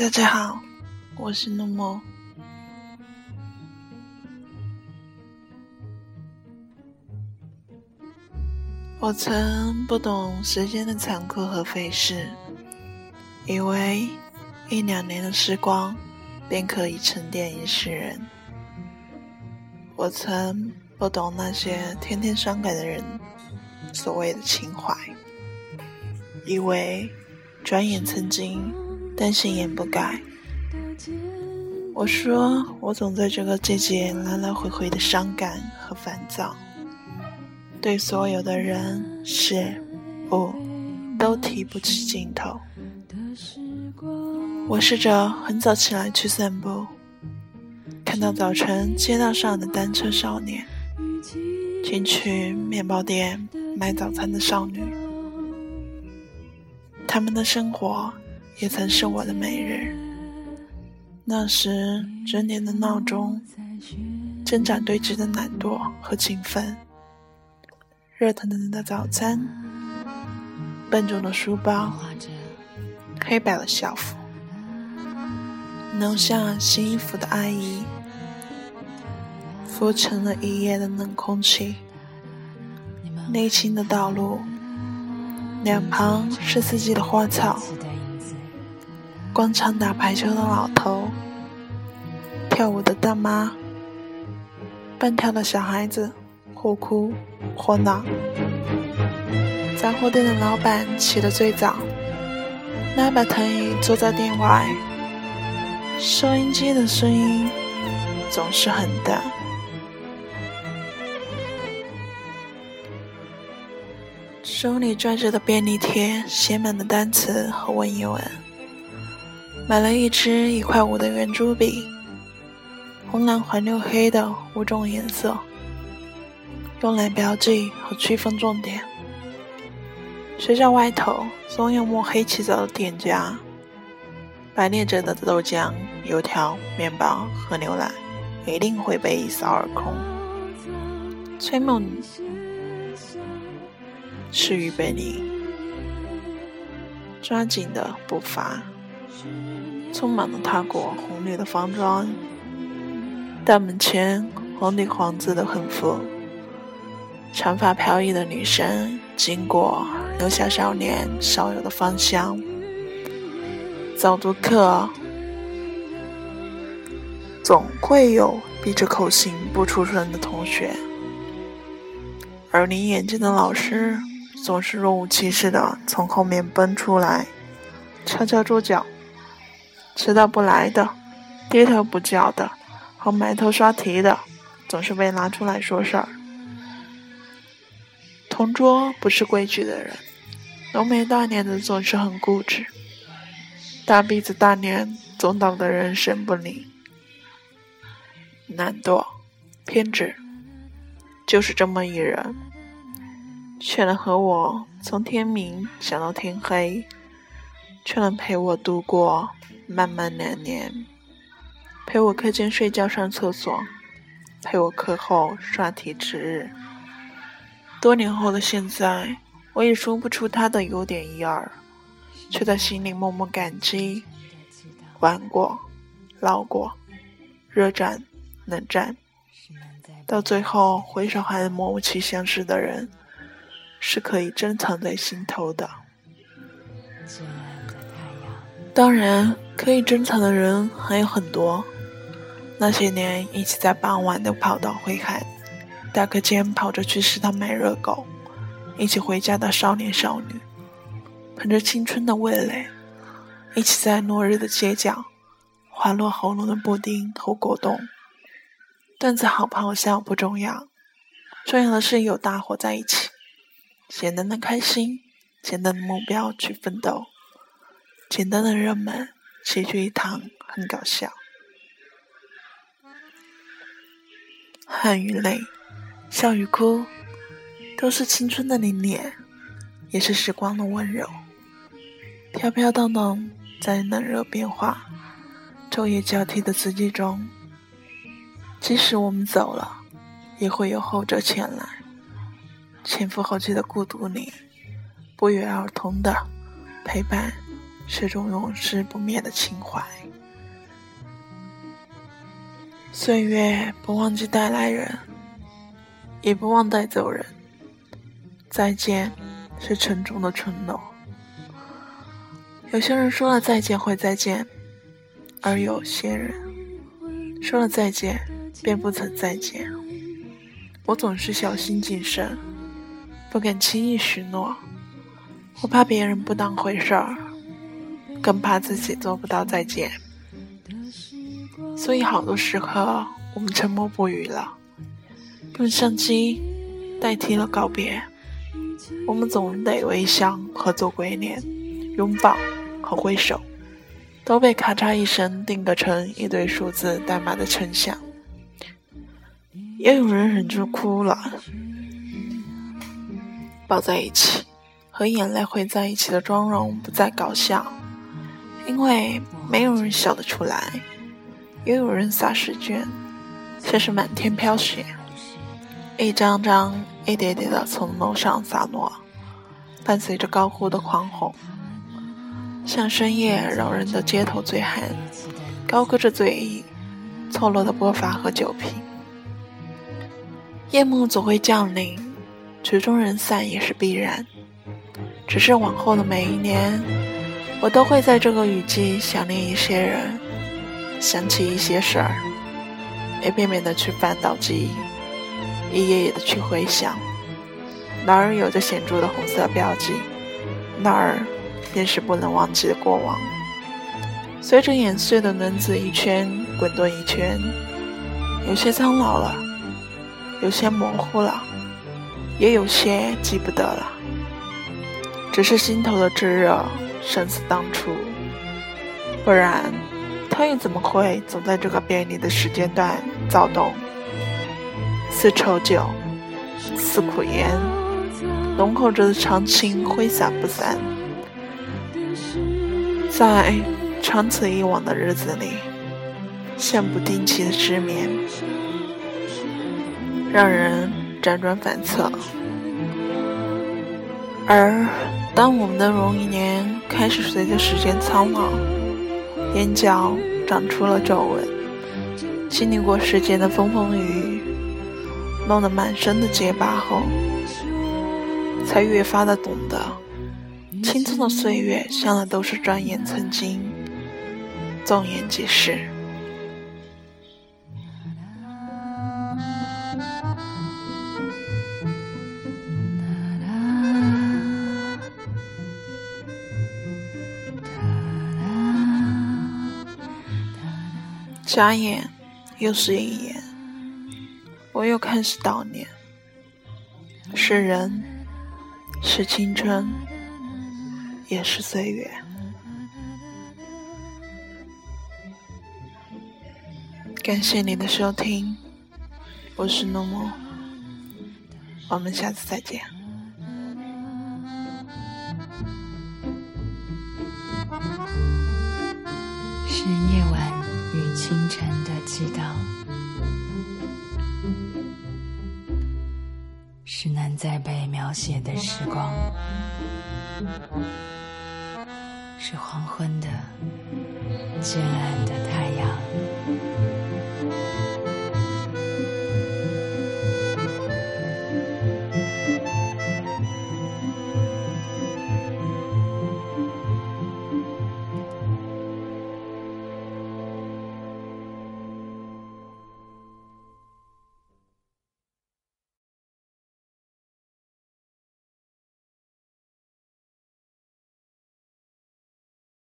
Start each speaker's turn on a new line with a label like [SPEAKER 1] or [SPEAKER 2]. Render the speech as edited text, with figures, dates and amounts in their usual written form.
[SPEAKER 1] 大家好，我是诺莫。我曾不懂时间的残酷和飞逝，以为1-2年的时光便可以沉淀一世人。我曾不懂那些天天伤感的人所谓的情怀，以为转眼曾经，但心眼不改。我说我总在这个季节来来回回的伤感和烦躁，对所有的人事物都提不起劲头。我试着很早起来去散步，看到早晨街道上的单车少年，进去面包店买早餐的少女，他们的生活也曾是我的每日。那时整点的闹钟挣扎对峙的懒惰和勤奋，热腾腾的早餐，笨重的书包，黑白的校服，楼下洗衣服的阿姨，浮沉了一夜的冷空气，沥青的道路，两旁是四季的花草，广场打排球的老头，跳舞的大妈，半跳的小孩子，或哭或闹。杂货店的老板起得最早，拉把藤椅坐在店外，收音机的声音总是很大。手里拽着的便利贴写满了单词和文言文，买了一支1块5的圆珠笔，红蓝黄绿黑的5种颜色，用来标记和区分重点。学校外头总有抹黑起早的店家，摆列着的豆浆、油条、面包和牛奶一定会被一扫而空。崔梦是预备你抓紧的步伐，匆忙地踏过红绿的方庄，大门前红底黄字的横幅，长发飘逸的女生经过留下少年少有的芳香。早读课总会有闭着口型不出声的同学，而你眼睛的老师总是若无其事地从后面奔出来，敲敲桌角。迟到不来的，低头不叫的，和埋头刷题的，总是被拿出来说事儿。同桌不是规矩的人，浓眉大眼的总是很固执，大鼻子大脸总捣得人神不宁。懒惰偏执就是这么一人，却能和我从天明想到天黑，却能陪我度过漫漫2年，陪我课间睡觉上厕所，陪我课后刷题值日。多年后的现在，我也说不出他的优点一二，却在心里默默感激。玩过，闹过，热战，冷战，到最后回首还能默契相识的人，是可以珍藏在心头的。当然，可以珍藏的人还有很多。那些年一起在傍晚的跑道挥汗，大课间跑着去食堂买热狗，一起回家的少年少女，捧着青春的味蕾，一起在落日的街角滑落喉咙的布丁和果冻。段子好不好笑不重要，重要的是有大伙在一起，简单的开心，简单的目标去奋斗，简单的人们齐聚一堂，很搞笑。汗与泪，笑与哭，都是青春的凛冽，也是时光的温柔。飘飘荡荡在冷热变化、昼夜交替的四季中，即使我们走了，也会有后者前来。前赴后继的孤独里，不约而同的陪伴是种永世不灭的情怀。岁月不忘记带来人，也不忘带走人。再见是沉重的承诺。有些人说了再见会再见，而有些人说了再见便不曾再见。我总是小心谨慎，不敢轻易许诺。我怕别人不当回事儿，更怕自己做不到再见。所以好多时刻我们沉默不语了，用相机代替了告别。我们总得微笑和做鬼脸，拥抱和挥手，都被咔嚓一声定格成一堆数字代码的成像。也有人忍住哭了，抱在一起，和眼泪汇在一起的妆容不再搞笑，因为没有人笑得出来。也有人撒试卷，像是满天飘雪，一张张一叠叠的从楼上洒落，伴随着高呼的狂吼，像深夜扰人的街头醉汉，高歌着醉意，错落的波发和酒瓶。夜幕总会降临，曲终人散也是必然。只是往后的每一年，我都会在这个雨季想念一些人，想起一些事儿，一遍遍的去翻倒记忆，一页页的去回想，哪儿有着显著的红色标记，那儿便是不能忘记的过往。随着碾碎的轮子一圈滚动一圈，有些苍老了，有些模糊了，也有些记不得了。只是心头的炙热胜似当初，不然他又怎么会总在这个别离的时间段躁动？似丑酒，似苦烟，浓厚着的长情挥洒不散。在长此以往的日子里，像不定期的失眠，让人辗转反侧。而当我们的容颜开始随着时间苍老，眼角长出了皱纹，经历过世间的风风雨雨，弄得满身的结疤后，才越发的懂得，青葱的岁月向来都是转眼曾经，纵眼即逝。眨眼又是一眼，我又开始悼念，是人，是青春，也是岁月。感谢你的收听，我是诺诺，我们下次再见。
[SPEAKER 2] 是夜晚与清晨的祈祷，是难再被描写的时光，是黄昏的渐暗的